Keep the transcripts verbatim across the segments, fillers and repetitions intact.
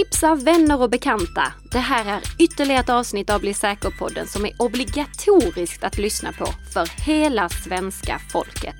Tipsa vänner och bekanta. Det här är ytterligare ett avsnitt av Bli säker-podden som är obligatoriskt att lyssna på för hela svenska folket.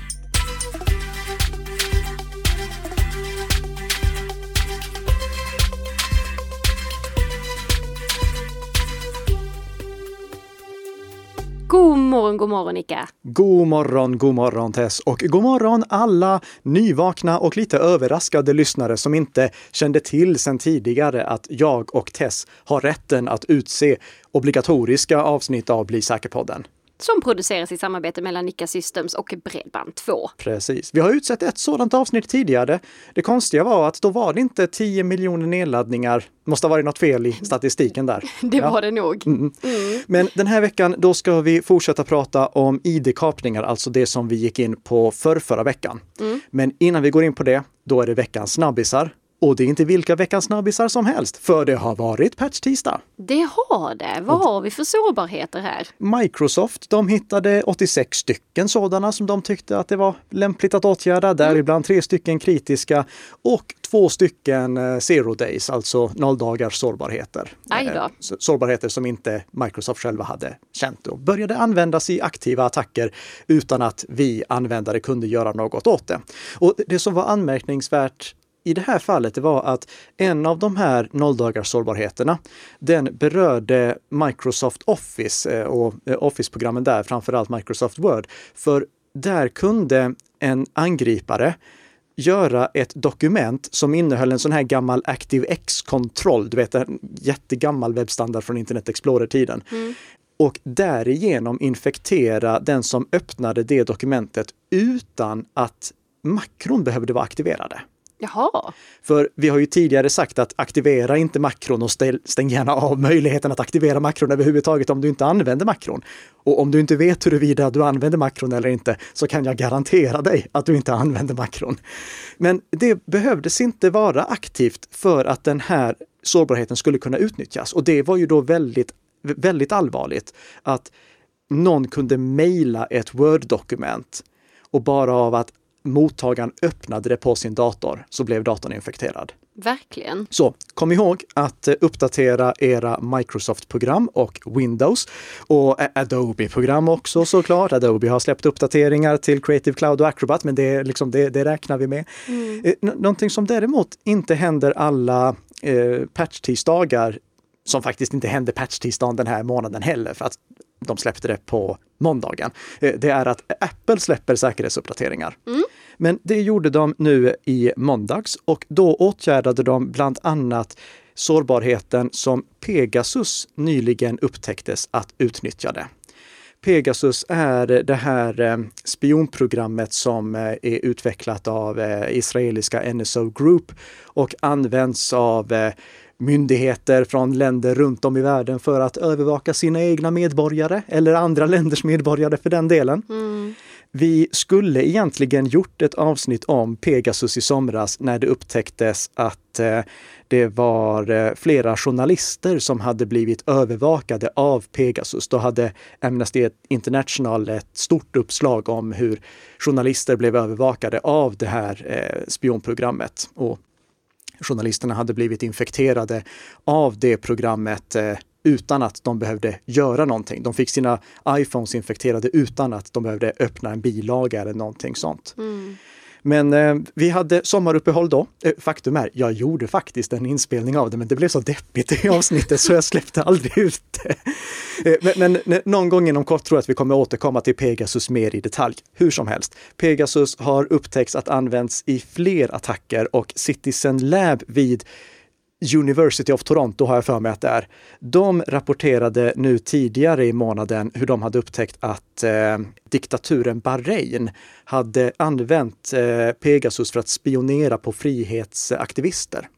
God morgon, god morgon Nika. God morgon, god morgon Tess och god morgon alla nyvakna och lite överraskade lyssnare som inte kände till sedan tidigare att jag och Tess har rätten att utse obligatoriska avsnitt av Bli säker-podden. Som produceras i samarbete mellan Nika Systems och Bredband två. Precis. Vi har utsett ett sådant avsnitt tidigare. Det konstiga var att då var det inte tio miljoner nedladdningar. Måste ha varit något fel i statistiken där. Det ja. var det nog. Mm. Mm. Men den här veckan då ska vi fortsätta prata om I D-kapningar, alltså det som vi gick in på för förra veckan. Mm. Men innan vi går in på det, då är det veckans snabbisar. Och det är inte vilka veckans snabbisar som helst, för det har varit patch-tisdag. Det har det. Vad har vi för sårbarheter här? Microsoft, de hittade åttiosex stycken sådana som de tyckte att det var lämpligt att åtgärda. Däribland tre stycken kritiska och två stycken zero days, alltså noll dagars sårbarheter. Aj då. Sårbarheter som inte Microsoft själva hade känt och började användas i aktiva attacker utan att vi användare kunde göra något åt det. Och det som var anmärkningsvärt i det här fallet det var att en av de här nolldagars sårbarheterna, den berörde Microsoft Office och Office-programmen där, framförallt Microsoft Word. För där kunde en angripare göra ett dokument som innehöll en sån här gammal ActiveX-kontroll, du vet en jättegammal webbstandard från Internet Explorer-tiden. Mm. Och därigenom infektera den som öppnade det dokumentet utan att makron behövde vara aktiverade. Jaha. För vi har ju tidigare sagt att aktivera inte makron och stäng, stäng gärna av möjligheten att aktivera makron överhuvudtaget om du inte använder makron. Och om du inte vet huruvida du använder makron eller inte så kan jag garantera dig att du inte använder makron. Men det behövdes inte vara aktivt för att den här sårbarheten skulle kunna utnyttjas. Och det var ju då väldigt, väldigt allvarligt att någon kunde mejla ett Word-dokument och bara av att mottagaren öppnade det på sin dator så blev datorn infekterad. Verkligen. Så kom ihåg att uppdatera era Microsoft-program och Windows och Adobe-program också såklart. Adobe har släppt uppdateringar till Creative Cloud och Acrobat, men det, liksom, det, det räknar vi med. Mm. N- någonting som däremot inte händer alla eh, patch-tisdagar, som faktiskt inte hände patch-tisdagen den här månaden heller för att de släppte det på måndagen. Det är att Apple släpper säkerhetsuppdateringar. Mm. Men det gjorde de nu i måndags och då åtgärdade de bland annat sårbarheten som Pegasus nyligen upptäcktes att utnyttjade. Pegasus är det här spionprogrammet som är utvecklat av israeliska N S O Group och används av myndigheter från länder runt om i världen för att övervaka sina egna medborgare eller andra länders medborgare för den delen. Mm. Vi skulle egentligen gjort ett avsnitt om Pegasus i somras när det upptäcktes att eh, det var eh, flera journalister som hade blivit övervakade av Pegasus. Då hade Amnesty International ett stort uppslag om hur journalister blev övervakade av det här eh, spionprogrammet. Och journalisterna hade blivit infekterade av det programmet eh, utan att de behövde göra någonting. De fick sina iPhones infekterade utan att de behövde öppna en bilaga eller någonting sånt. Mm. Men eh, vi hade sommaruppehåll då. Eh, faktum är, jag gjorde faktiskt en inspelning av det, men det blev så deppigt i avsnittet så jag släppte aldrig ut det. Eh, men, men någon gång inom kort tror jag att vi kommer återkomma till Pegasus mer i detalj. Hur som helst, Pegasus har upptäckts att används i fler attacker och Citizen Lab vid University of Toronto har jag för mig att det är. De rapporterade nu tidigare i månaden hur de hade upptäckt att eh, diktaturen Bahrain hade använt eh, Pegasus för att spionera på frihetsaktivister.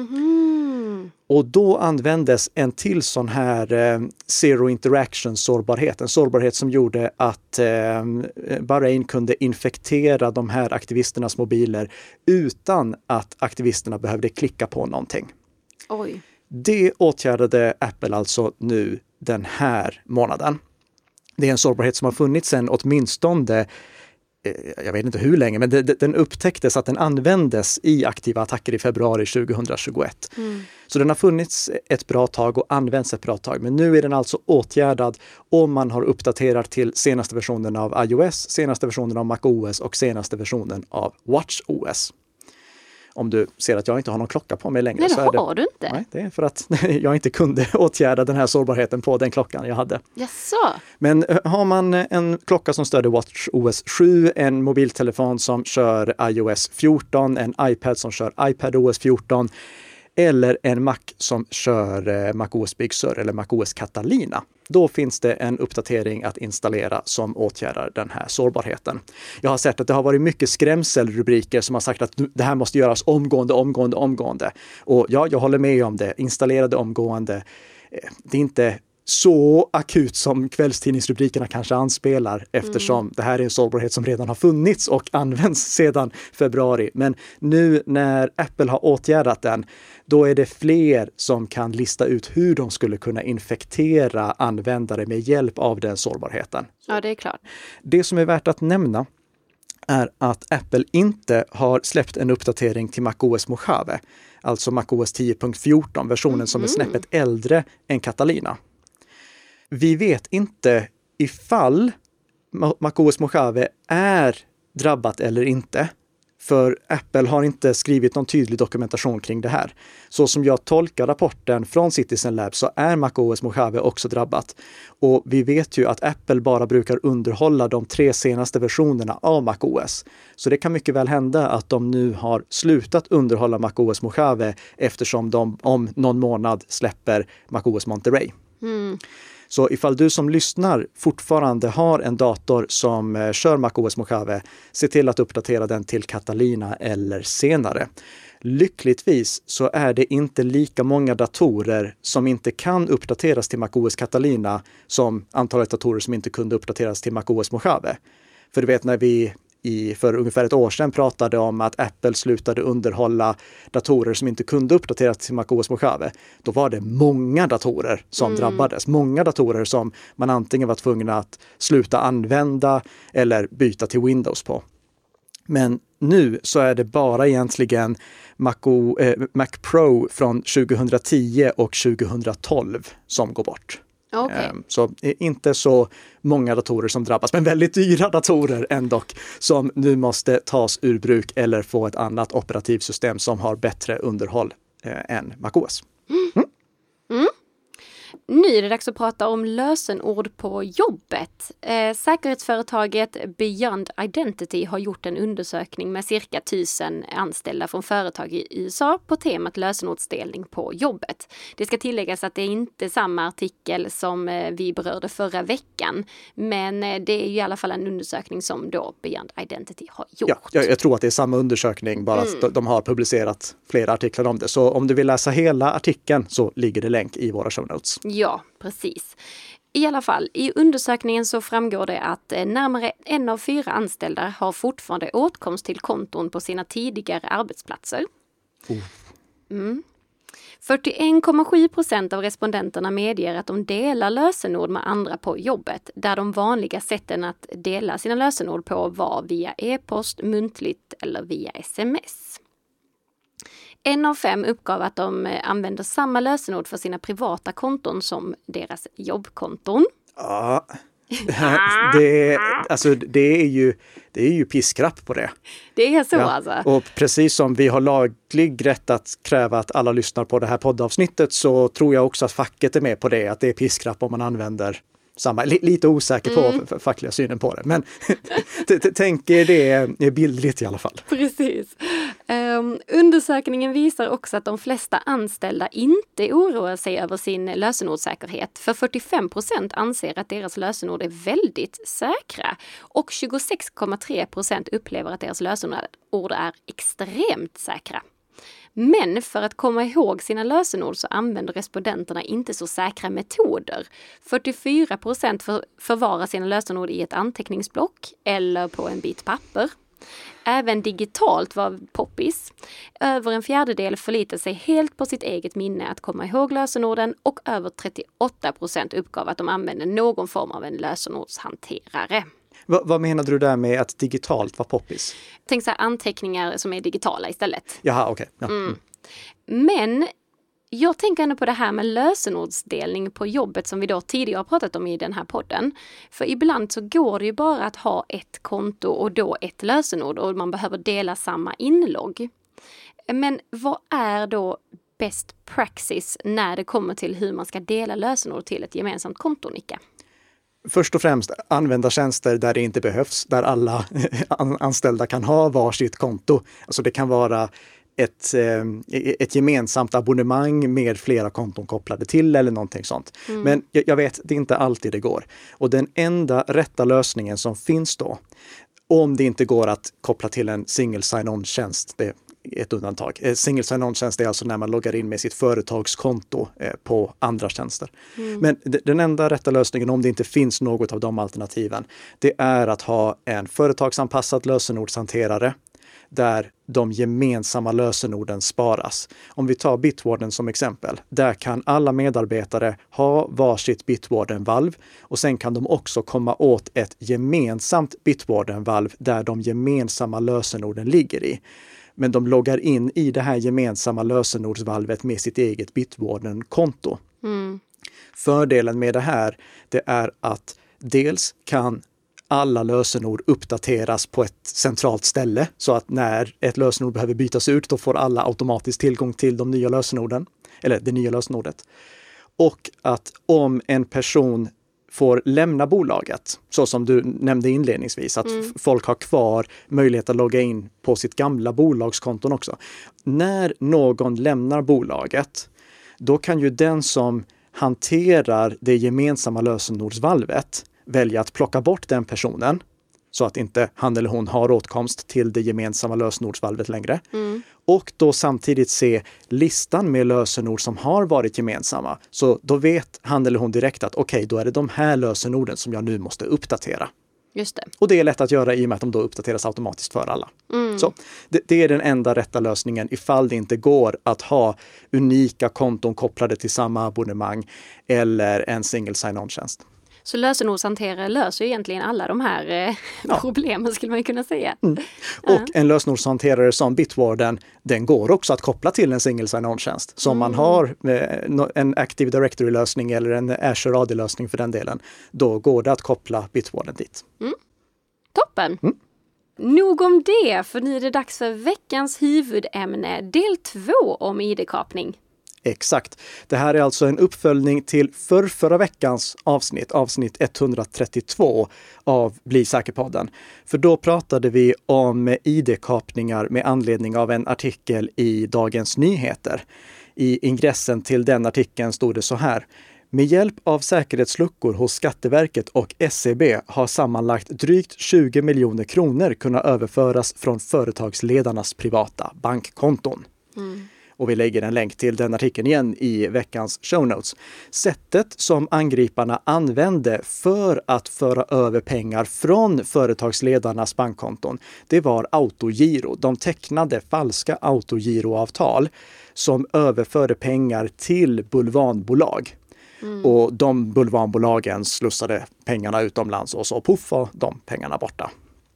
Mm-hmm. Och då användes en till sån här eh, zero interaction sårbarhet. En sårbarhet som gjorde att eh, Bahrain kunde infektera de här aktivisternas mobiler utan att aktivisterna behövde klicka på någonting. Oj. Det åtgärdade Apple alltså nu den här månaden. Det är en sårbarhet som har funnits sedan åtminstone, jag vet inte hur länge, men det, den upptäcktes att den användes i aktiva attacker i februari tjugohundratjugoett. Mm. Så den har funnits ett bra tag och använts ett bra tag. Men nu är den alltså åtgärdad om man har uppdaterat till senaste versionen av iOS, senaste versionen av macOS och senaste versionen av WatchOS. Om du ser att jag inte har någon klocka på mig längre. Nej, det så är det, har du inte. Nej, det är för att jag inte kunde åtgärda den här sårbarheten på den klockan jag hade. Jaså? Men har man en klocka som stöder WatchOS sju, en mobiltelefon som kör iOS fjorton, en iPad som kör iPadOS fjorton eller en Mac som kör macOS Big Sur eller macOS Catalina. Då finns det en uppdatering att installera som åtgärdar den här sårbarheten. Jag har sett att det har varit mycket skrämselrubriker som har sagt att det här måste göras omgående, omgående, omgående. Och ja, jag håller med om det. Installerade omgående. Det är inte så akut som kvällstidningsrubrikerna kanske anspelar eftersom mm. det här är en sårbarhet som redan har funnits och används sedan februari. Men nu när Apple har åtgärdat den, då är det fler som kan lista ut hur de skulle kunna infektera användare med hjälp av den sårbarheten. Ja, det är klart. Det som är värt att nämna är att Apple inte har släppt en uppdatering till macOS Mojave, alltså macOS tio punkt fjorton, versionen mm. som är snäppet äldre än Catalina. Vi vet inte ifall macOS Mojave är drabbat eller inte. För Apple har inte skrivit någon tydlig dokumentation kring det här. Så som jag tolkar rapporten från Citizen Lab så är macOS Mojave också drabbat. Och vi vet ju att Apple bara brukar underhålla de tre senaste versionerna av macOS. Så det kan mycket väl hända att de nu har slutat underhålla macOS Mojave eftersom de om någon månad släpper macOS Monterey. Mm. Så ifall du som lyssnar fortfarande har en dator som eh, kör macOS Mojave, se till att uppdatera den till Catalina eller senare. Lyckligtvis så är det inte lika många datorer som inte kan uppdateras till macOS Catalina som antalet datorer som inte kunde uppdateras till macOS Mojave. För du vet när vi i, för ungefär ett år sedan pratade om att Apple slutade underhålla datorer som inte kunde uppdateras till macOS Mojave. Då var det många datorer som mm. drabbades. Många datorer som man antingen var tvungna att sluta använda eller byta till Windows på. Men nu så är det bara egentligen Maco, eh, Mac Pro från tjugohundratio och tjugotolv som går bort. Okay. Så inte så många datorer som drabbas, men väldigt dyra datorer ändå som nu måste tas ur bruk eller få ett annat operativsystem som har bättre underhåll eh, än macOS. Mm. Mm. Nu är det dags att prata om lösenord på jobbet. Eh, säkerhetsföretaget Beyond Identity har gjort en undersökning med cirka tusen anställda från företag i U S A på temat lösenordsdelning på jobbet. Det ska tilläggas att det är inte samma artikel som eh, vi berörde förra veckan, men eh, det är ju i alla fall en undersökning som då Beyond Identity har gjort. Ja, jag, jag tror att det är samma undersökning, bara mm. att de har publicerat flera artiklar om det. Så om du vill läsa hela artikeln så ligger det länk i våra show notes. Ja, precis. I alla fall, i undersökningen så framgår det att närmare en av fyra anställda har fortfarande åtkomst till konton på sina tidigare arbetsplatser. Oh. Mm. fyrtioen komma sju procent av respondenterna medger att de delar lösenord med andra på jobbet, där de vanliga sätten att dela sina lösenord på var via e-post, muntligt eller via sms. En av fem uppgav att de använder samma lösenord för sina privata konton som deras jobbkonton. Ja, det, alltså, det, är ju, det är ju piskrapp på det. Det är så ja. alltså. Och precis som vi har laglig rätt att kräva att alla lyssnar på det här poddavsnittet så tror jag också att facket är med på det. Att det är piskrapp om man använder samma. L- lite osäker på mm. f- fackliga synen på det. Men tänker det är bildligt i alla fall. Precis. Um, undersökningen visar också att de flesta anställda inte oroar sig över sin lösenordssäkerhet. För fyrtiofem procent anser att deras lösenord är väldigt säkra. Och tjugosex komma tre procent upplever att deras lösenord är extremt säkra. Men för att komma ihåg sina lösenord så använder respondenterna inte så säkra metoder. fyrtiofyra procent för, förvarar sina lösenord i ett anteckningsblock eller på en bit papper. Även digitalt var poppis. Över en fjärdedel förlitar sig helt på sitt eget minne att komma ihåg lösenorden och över trettioåtta procent uppgav att de använder någon form av en lösenordshanterare. Va, vad menade du där med att digitalt var poppis? Tänk så här, anteckningar som är digitala istället. Jaha, okej. Okay. Ja. Mm. Men Jag tänker ändå på det här med lösenordsdelning på jobbet som vi då tidigare har pratat om i den här podden. För ibland så går det ju bara att ha ett konto och då ett lösenord och man behöver dela samma inlogg. Men vad är då best praxis när det kommer till hur man ska dela lösenord till ett gemensamt konto, Nika? Först och främst använda tjänster där det inte behövs, där alla anställda kan ha varsitt konto. Alltså det kan vara ett, ett gemensamt abonnemang med flera konton kopplade till eller någonting sånt. Mm. Men jag, jag vet, det är inte alltid det går. Och den enda rätta lösningen som finns då, om det inte går att koppla till en single sign-on-tjänst, det är ett undantag. Single sign-on-tjänst är alltså när man loggar in med sitt företagskonto på andra tjänster. Mm. Men den enda rätta lösningen, om det inte finns något av de alternativen, det är att ha en företagsanpassad lösenordshanterare där de gemensamma lösenorden sparas. Om vi tar Bitwarden som exempel, där kan alla medarbetare ha varsitt Bitwarden-valv och sen kan de också komma åt ett gemensamt Bitwarden-valv där de gemensamma lösenorden ligger i. Men de loggar in i det här gemensamma lösenordsvalvet med sitt eget Bitwarden-konto. Mm. Fördelen med det här, det är att dels kan alla lösenord uppdateras på ett centralt ställe så att när ett lösenord behöver bytas ut då får alla automatiskt tillgång till de nya lösenorden, eller det nya lösenordet. Och att om en person får lämna bolaget, så som du nämnde inledningsvis, att mm. folk har kvar möjlighet att logga in på sitt gamla bolagskonton också. När någon lämnar bolaget, då kan ju den som hanterar det gemensamma lösenordsvalvet välja att plocka bort den personen så att inte han eller hon har åtkomst till det gemensamma lösenordsvalvet längre. Mm. Och då samtidigt se listan med lösenord som har varit gemensamma. Så då vet han eller hon direkt att okej, okay, då är det de här lösenorden som jag nu måste uppdatera. Just det. Och det är lätt att göra i och med att de då uppdateras automatiskt för alla. Mm. Så det, det är den enda rätta lösningen ifall det inte går att ha unika konton kopplade till samma abonnemang eller en single sign-on-tjänst. Så lösenordshanterare löser egentligen alla de här eh, ja. problemen skulle man kunna säga. Mm. Och uh. en lösenordshanterare som Bitwarden, den går också att koppla till en single sign-on-tjänst. Så om mm. man har eh, en Active Directory-lösning eller en Azure A D-lösning för den delen, då går det att koppla Bitwarden dit. Mm. Toppen! Mm. Nog om det, för nu är det dags för veckans huvudämne, del två om I D-kapning. Exakt. Det här är alltså en uppföljning till för förra veckans avsnitt, avsnitt etthundratrettiotvå av Bli säker-podden. För då pratade vi om I D-kapningar med anledning av en artikel i Dagens Nyheter. I ingressen till den artikeln stod det så här: med hjälp av säkerhetsluckor hos Skatteverket och S E B har sammanlagt drygt tjugo miljoner kronor kunnat överföras från företagsledarnas privata bankkonton. Mm. Och vi lägger en länk till den artikeln igen i veckans show notes. Sättet som angriparna använde för att föra över pengar från företagsledarnas bankkonton, det var autogiro. De tecknade falska autogiroavtal som överförde pengar till bulvanbolag. Mm. Och de bulvanbolagen slussade pengarna utomlands och så puff var de pengarna borta.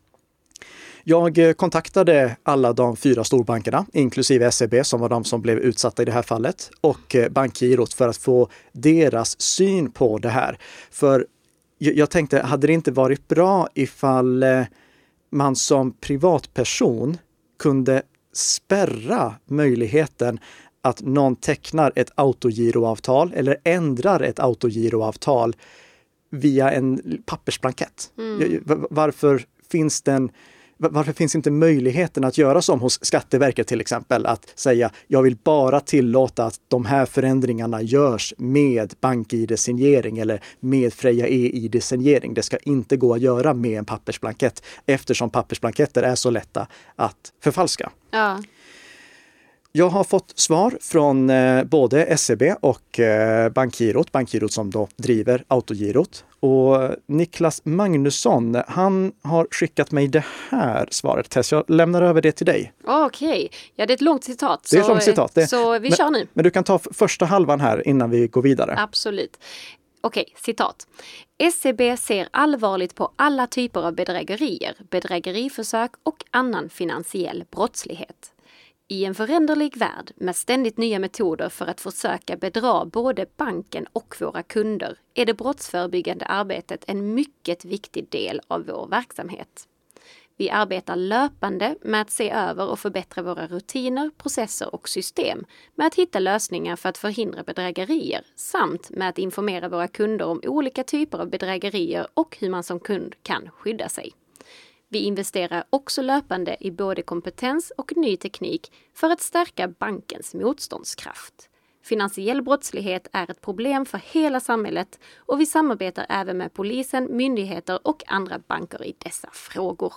Jag kontaktade alla de fyra storbankerna, inklusive S E B som var de som blev utsatta i det här fallet, och Bankgirot för att få deras syn på det här. För jag tänkte, hade det inte varit bra ifall man som privatperson kunde spärra möjligheten att någon tecknar ett autogiroavtal eller ändrar ett autogiroavtal via en pappersblankett? Mm. Varför finns den Varför finns inte möjligheten att göra som hos Skatteverket till exempel, att säga jag vill bara tillåta att de här förändringarna görs med BankID signering eller med Freja E-ID signering. Det ska inte gå att göra med en pappersblankett eftersom pappersblanketter är så lätta att förfalska. Ja. Jag har fått svar från eh, både S E B och eh, Bankgirot, Bankgirot som då driver autogirot. Och Niklas Magnusson, han har skickat mig det här svaret. Tess, jag lämnar över det till dig. Okej, okay. Ja, det är ett långt citat. Det är ett långt citat. Det, så vi men, kör nu. Men du kan ta första halvan här innan vi går vidare. Absolut. Okej, okay, citat. S E B ser allvarligt på alla typer av bedrägerier, bedrägeriförsök och annan finansiell brottslighet. I en föränderlig värld med ständigt nya metoder för att försöka bedra både banken och våra kunder är det brottsförebyggande arbetet en mycket viktig del av vår verksamhet. Vi arbetar löpande med att se över och förbättra våra rutiner, processer och system, med att hitta lösningar för att förhindra bedrägerier samt med att informera våra kunder om olika typer av bedrägerier och hur man som kund kan skydda sig. Vi investerar också löpande i både kompetens och ny teknik för att stärka bankens motståndskraft. Finansiell brottslighet är ett problem för hela samhället och vi samarbetar även med polisen, myndigheter och andra banker i dessa frågor.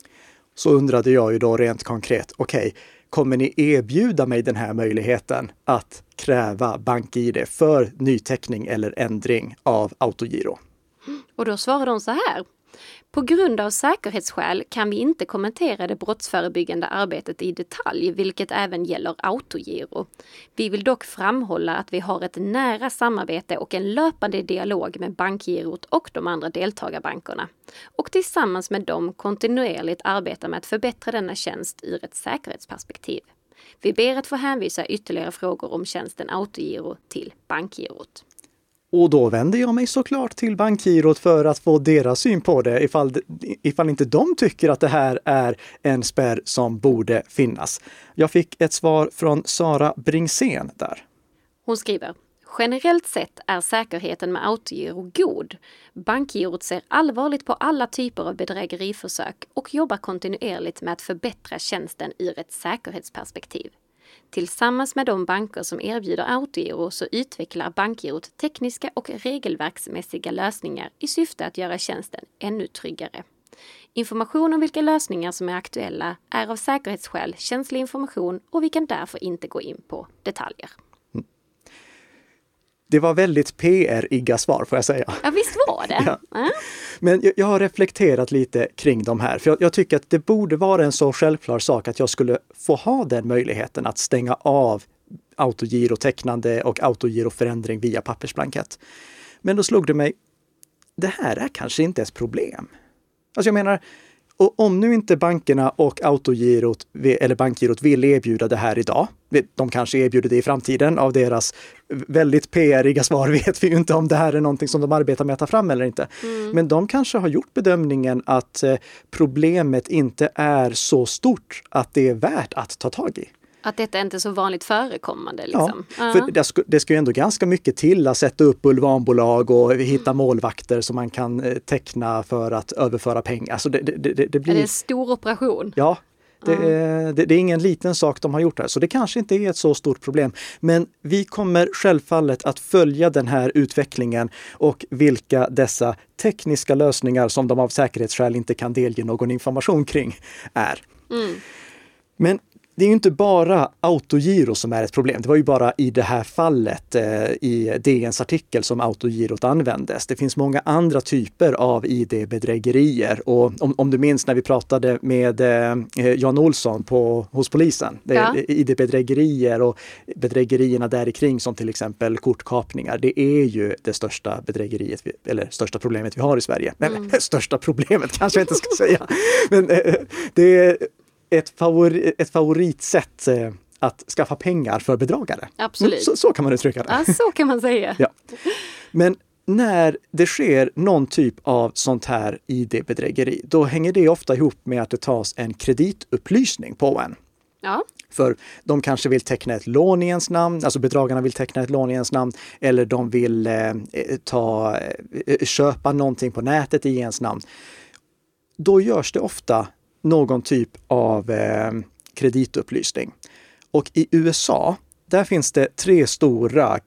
Så undrade jag ju då rent konkret, okej, okay, kommer ni erbjuda mig den här möjligheten att kräva bank-I D för nyteckning eller ändring av autogiro? Och då svarar de så här. På grund av säkerhetsskäl kan vi inte kommentera det brottsförebyggande arbetet i detalj, vilket även gäller autogiro. Vi vill dock framhålla att vi har ett nära samarbete och en löpande dialog med bankgirot och de andra deltagarbankerna. Och tillsammans med dem kontinuerligt arbetar med att förbättra denna tjänst ur ett säkerhetsperspektiv. Vi ber att få hänvisa ytterligare frågor om tjänsten autogiro till bankgirot. Och då vänder jag mig såklart till bankgirot för att få deras syn på det ifall, ifall inte de tycker att det här är en spärr som borde finnas. Jag fick ett svar från Sara Bringsén där. Hon skriver, generellt sett är säkerheten med autogiro god. Bankgirot ser allvarligt på alla typer av bedrägeriförsök och jobbar kontinuerligt med att förbättra tjänsten ur ett säkerhetsperspektiv. Tillsammans med de banker som erbjuder autogiro så utvecklar bankgirot tekniska och regelverksmässiga lösningar i syfte att göra tjänsten ännu tryggare. Information om vilka lösningar som är aktuella är av säkerhetsskäl känslig information och vi kan därför inte gå in på detaljer. Det var väldigt P R-iga svar får jag säga. Ja, visst var det. Ja. Mm. Men jag, jag har reflekterat lite kring de här. För jag, jag tycker att det borde vara en så självklar sak att jag skulle få ha den möjligheten att stänga av autogirotecknande och autogiroförändring via pappersblankett. Men då slog det mig, det här är kanske inte ett problem. Alltså jag menar, och om nu inte bankerna och autogirot eller bankgirot vill erbjuda det här idag, de kanske erbjuder det i framtiden, av deras väldigt P R-iga svar vet vi ju inte om det här är någonting som de arbetar med att ta fram eller inte. Mm. Men de kanske har gjort bedömningen att problemet inte är så stort att det är värt att ta tag i. Att detta inte är så vanligt förekommande. Liksom. Ja, för det ska, det ska ju ändå ganska mycket till att sätta upp bulvanbolag och hitta mm. målvakter som man kan teckna för att överföra pengar. Alltså det, det, det, det blir... Det är en stor operation. Ja, det, mm. är, det, det är ingen liten sak de har gjort här. Så det kanske inte är ett så stort problem. Men vi kommer självfallet att följa den här utvecklingen och vilka dessa tekniska lösningar som de av säkerhetsskäl inte kan delge någon information kring är. Mm. Men det är ju inte bara autogiro som är ett problem. Det var ju bara i det här fallet eh, i D N:s artikel som autogirot användes. Det finns många andra typer av I D-bedrägerier. Och om, om du minns när vi pratade med eh, Jan Olsson på, hos polisen. Ja. I D-bedrägerier och bedrägerierna där kring som till exempel kortkapningar. Det är ju det största bedrägeriet, vi, eller största problemet vi har i Sverige. Men mm. största problemet kanske jag inte ska säga. Men eh, det är Ett, favori, ett favoritsätt eh, att skaffa pengar för bedragare. Absolut. Så, så kan man uttrycka det. Ja, så kan man säga. Ja. Men när det sker någon typ av sånt här I D-bedrägeri, då hänger det ofta ihop med att det tas en kreditupplysning på en. Ja. För de kanske vill teckna ett lån i ens namn, alltså bedragarna vill teckna ett lån i ens namn, eller de vill eh, ta, eh, köpa någonting på nätet i ens namn. Då görs det ofta någon typ av eh, kreditupplysning. Och i U S A, där finns det tre stora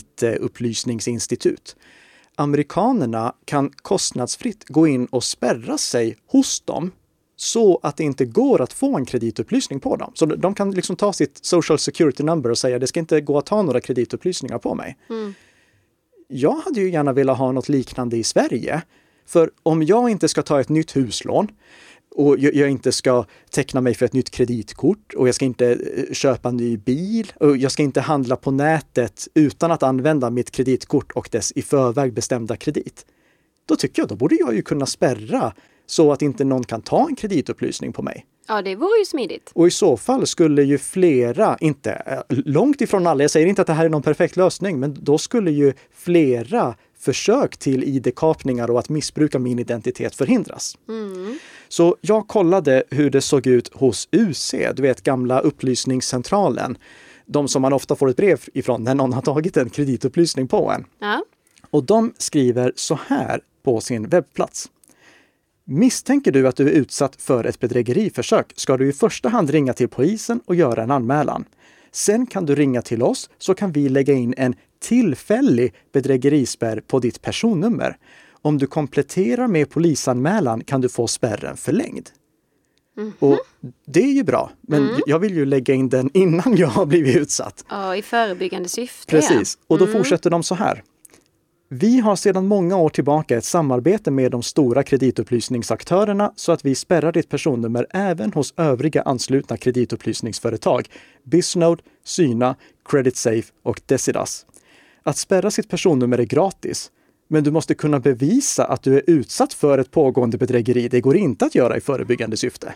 kreditupplysningsinstitut. Amerikanerna kan kostnadsfritt gå in och spärra sig hos dem så att det inte går att få en kreditupplysning på dem. Så de kan liksom ta sitt social security number och säga det ska inte gå att ta några kreditupplysningar på mig. Mm. Jag hade ju gärna velat ha något liknande i Sverige. För om jag inte ska ta ett nytt huslån och jag inte ska teckna mig för ett nytt kreditkort och jag ska inte köpa en ny bil och jag ska inte handla på nätet utan att använda mitt kreditkort och dess i förväg bestämda kredit. Då tycker jag, då borde jag ju kunna spärra så att inte någon kan ta en kreditupplysning på mig. Ja, det vore ju smidigt. Och i så fall skulle ju flera, inte långt ifrån alla, jag säger inte att det här är någon perfekt lösning, men då skulle ju flera försök till I D-kapningar och att missbruka min identitet förhindras. Mm. Så jag kollade hur det såg ut hos U C, du vet gamla upplysningscentralen. De som man ofta får ett brev ifrån när någon har tagit en kreditupplysning på en. Ja. Och de skriver så här på sin webbplats. Misstänker du att du är utsatt för ett bedrägeriförsök ska du i första hand ringa till polisen och göra en anmälan. Sen kan du ringa till oss så kan vi lägga in en tillfällig bedrägerispärr på ditt personnummer. Om du kompletterar med polisanmälan kan du få spärren förlängd. Mm-hmm. Och det är ju bra, men mm. jag vill ju lägga in den innan jag har blivit utsatt. Ja, i förebyggande syfte. Precis, och då mm. fortsätter de så här. Vi har sedan många år tillbaka ett samarbete med de stora kreditupplysningsaktörerna så att vi spärrar ditt personnummer även hos övriga anslutna kreditupplysningsföretag, Bisnode, Syna, CreditSafe och Decidas. Att spärra sitt personnummer är gratis, men du måste kunna bevisa att du är utsatt för ett pågående bedrägeri. Det går inte att göra i förebyggande syfte.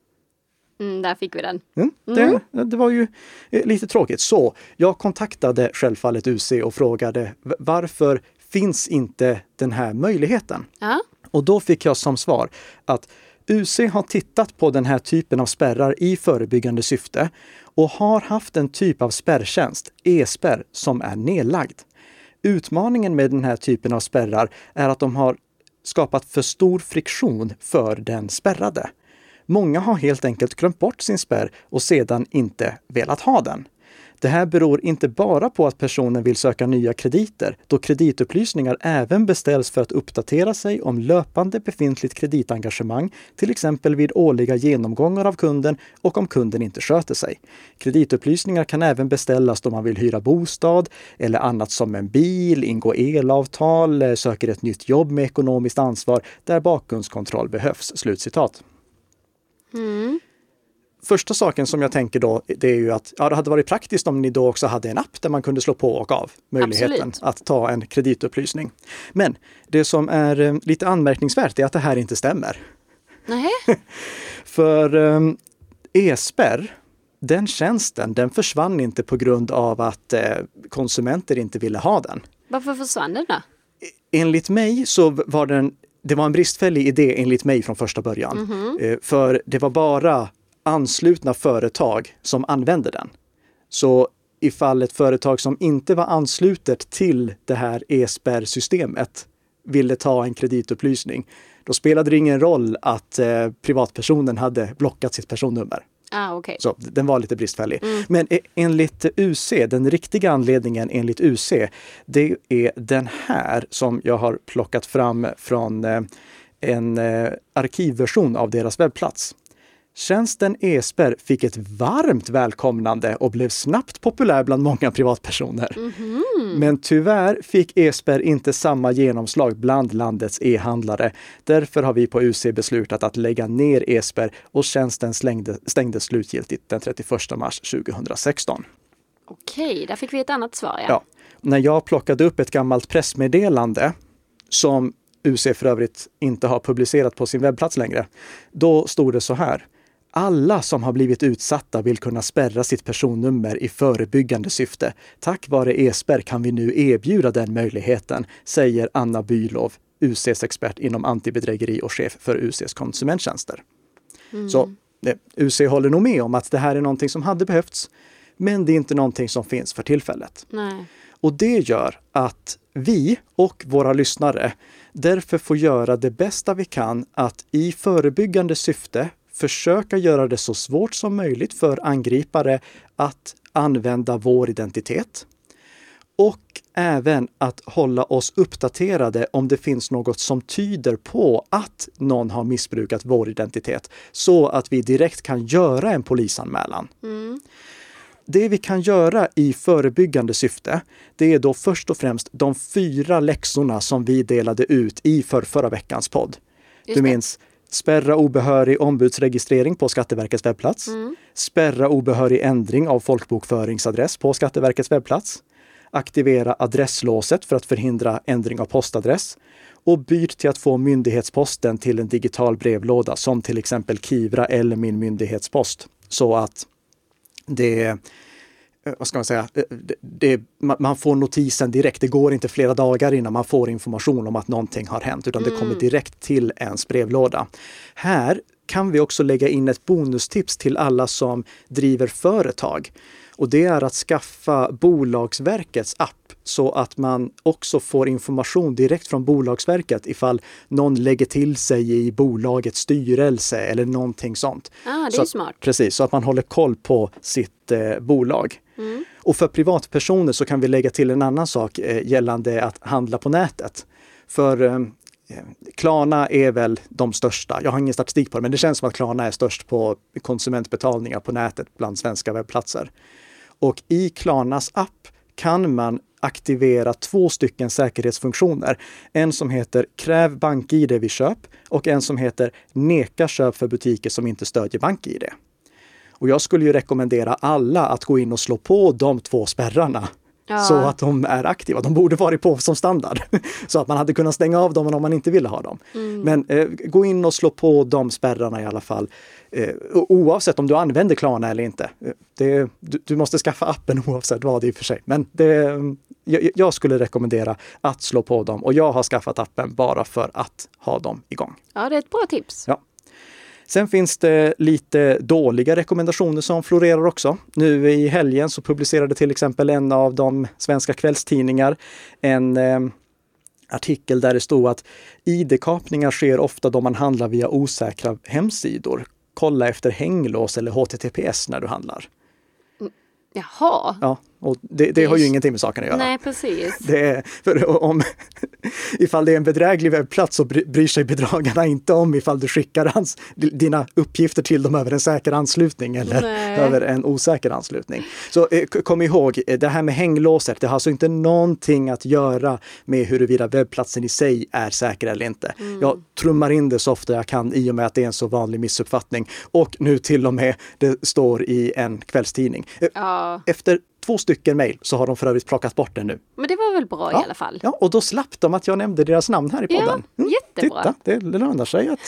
Mm, där fick vi den. Mm, mm. det, det var ju lite tråkigt. Så jag kontaktade självfallet U C och frågade varför finns inte den här möjligheten? Ja. Och då fick jag som svar att U C har tittat på den här typen av spärrar i förebyggande syfte och har haft en typ av spärrtjänst, e-spärr, som är nedlagd. Utmaningen med den här typen av spärrar är att de har skapat för stor friktion för den spärrade. Många har helt enkelt glömt bort sin spärr och sedan inte velat ha den. Det här beror inte bara på att personen vill söka nya krediter, då kreditupplysningar även beställs för att uppdatera sig om löpande befintligt kreditengagemang, till exempel vid årliga genomgångar av kunden och om kunden inte sköter sig. Kreditupplysningar kan även beställas då man vill hyra bostad eller annat som en bil, ingå elavtal, söker ett nytt jobb med ekonomiskt ansvar där bakgrundskontroll behövs. Slutcitat. Mm. Första saken som jag tänker då, det är ju att ja, det hade varit praktiskt om ni då också hade en app där man kunde slå på och av möjligheten Absolut. Att ta en kreditupplysning. Men det som är eh, lite anmärkningsvärt är att det här inte stämmer. Nej. För eh, e-spärr, den tjänsten, den försvann inte på grund av att eh, konsumenter inte ville ha den. Varför försvann den då? Enligt mig så var den, det var en bristfällig idé enligt mig från första början. Mm-hmm. Eh, för det var bara anslutna företag som använder den. Så ifall ett företag som inte var anslutet till det här e-spärrsystemet ville ta en kreditupplysning, då spelade det ingen roll att eh, privatpersonen hade blockat sitt personnummer. Ah, okay. Så den var lite bristfällig. Mm. Men enligt U C, den riktiga anledningen enligt U C, det är den här som jag har plockat fram från eh, en eh, arkivversion av deras webbplats. Tjänsten e-spärr fick ett varmt välkomnande och blev snabbt populär bland många privatpersoner. Mm-hmm. Men tyvärr fick e-spärr inte samma genomslag bland landets e-handlare. Därför har vi på U C beslutat att lägga ner e-spärr och tjänsten slängde, stängdes slutgiltigt den trettioförsta mars tjugohundrasexton. Okej, där fick vi ett annat svar. Ja. Ja. När jag plockade upp ett gammalt pressmeddelande som U C för övrigt inte har publicerat på sin webbplats längre, då stod det så här. Alla som har blivit utsatta vill kunna spärra sitt personnummer i förebyggande syfte. Tack vare e-spärr kan vi nu erbjuda den möjligheten, säger Anna Bylov, U C:s expert inom antibedrägeri och chef för U C:s konsumenttjänster. Mm. Så det, U C håller nog med om att det här är någonting som hade behövts, men det är inte någonting som finns för tillfället. Nej. Och det gör att vi och våra lyssnare därför får göra det bästa vi kan att i förebyggande syfte försöka göra det så svårt som möjligt för angripare att använda vår identitet. Och även att hålla oss uppdaterade om det finns något som tyder på att någon har missbrukat vår identitet. Så att vi direkt kan göra en polisanmälan. Mm. Det vi kan göra i förebyggande syfte, det är då först och främst de fyra läxorna som vi delade ut i för förra veckans podd. Just du det. minns spärra obehörig ombudsregistrering på Skatteverkets webbplats. Mm. Spärra obehörig ändring av folkbokföringsadress på Skatteverkets webbplats. Aktivera adresslåset för att förhindra ändring av postadress. Och byt till att få myndighetsposten till en digital brevlåda som till exempel Kivra eller Min myndighetspost. Så att det, vad ska man säga, det, det, man får notisen direkt. Det går inte flera dagar innan man får information om att någonting har hänt, utan det mm. kommer direkt till ens brevlåda. Här kan vi också lägga in ett bonustips till alla som driver företag. Och det är att skaffa Bolagsverkets app så att man också får information direkt från Bolagsverket ifall någon lägger till sig i bolagets styrelse eller någonting sånt. Ah, det så är att, smart. Precis, så att man håller koll på sitt eh, bolag. Mm. Och för privatpersoner så kan vi lägga till en annan sak eh, gällande att handla på nätet. För eh, Klarna är väl de största. Jag har ingen statistik på det, men det känns som att Klarna är störst på konsumentbetalningar på nätet bland svenska webbplatser. Och i Klarnas app kan man aktivera två stycken säkerhetsfunktioner. En som heter Kräv bank-I D vid köp och en som heter Neka köp för butiker som inte stödjer bank-I D. Och jag skulle ju rekommendera alla att gå in och slå på de två spärrarna. Ja. Så att de är aktiva. De borde vara på som standard. Så att man hade kunnat stänga av dem om man inte ville ha dem. Mm. Men eh, gå in och slå på de spärrarna i alla fall. Eh, oavsett om du använder Klarna eller inte. Det, du, du måste skaffa appen oavsett vad det är för sig. Men det, jag, jag skulle rekommendera att slå på dem. Och jag har skaffat appen bara för att ha dem igång. Ja, det är ett bra tips. Ja. Sen finns det lite dåliga rekommendationer som florerar också. Nu i helgen så publicerade till exempel en av de svenska kvällstidningar en eh, artikel där det stod att I D-kapningar sker ofta då man handlar via osäkra hemsidor. Kolla efter hänglås eller H T T P S när du handlar. Jaha. Ja, och det, det har ju ingenting med saken att göra. Nej, precis. Det är, för om, ifall det är en bedräglig webbplats så bryr sig bedragarna inte om ifall du skickar hans, dina uppgifter till dem över en säker anslutning eller Nej. över en osäker anslutning. Så eh, kom ihåg, det här med hänglåset, det har alltså inte någonting att göra med huruvida webbplatsen i sig är säker eller inte. Mm. Jag trummar in det så ofta jag kan i och med att det är en så vanlig missuppfattning. Och nu till och med det står i en kvällstidning. Ja. Efter två stycken mejl så har de för övrigt plockat bort den nu. Men det var väl bra ja, i alla fall. Ja, och då slapp de att jag nämnde deras namn här i podden. Ja, mm, jättebra. Titta, det, det lönar sig att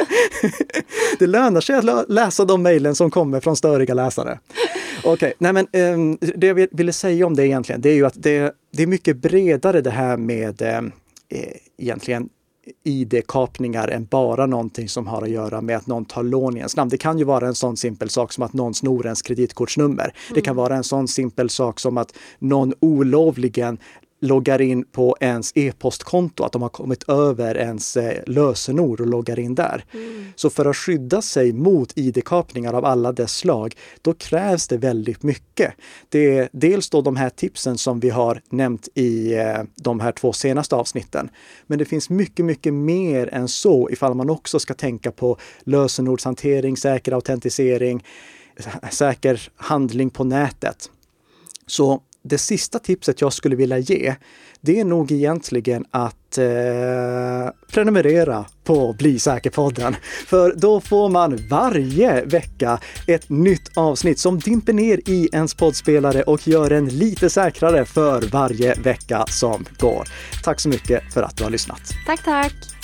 det lönar sig att läsa de mejlen som kommer från störiga läsare. Okej, okay. Nej men um, det jag ville säga om det egentligen, det är ju att det, det är mycket bredare det här med um, egentligen I D-kapningar än bara någonting som har att göra med att någon tar lån i ens namn. Det kan ju vara en sån simpel sak som att någon snor ens kreditkortsnummer. Mm. Det kan vara en sån simpel sak som att någon olovligen loggar in på ens e-postkonto, att de har kommit över ens lösenord och loggar in där. Mm. Så för att skydda sig mot I D-kapningar av alla dess slag, då krävs det väldigt mycket. Det är dels då de här tipsen som vi har nämnt i de här två senaste avsnitten. Men det finns mycket, mycket mer än så ifall man också ska tänka på lösenordshantering, säker autentisering, säker handling på nätet. Så det sista tipset jag skulle vilja ge, det är nog egentligen att eh, prenumerera på Bli säker-podden. För då får man varje vecka ett nytt avsnitt som dimper ner i ens poddspelare och gör en lite säkrare för varje vecka som går. Tack så mycket för att du har lyssnat. Tack, tack!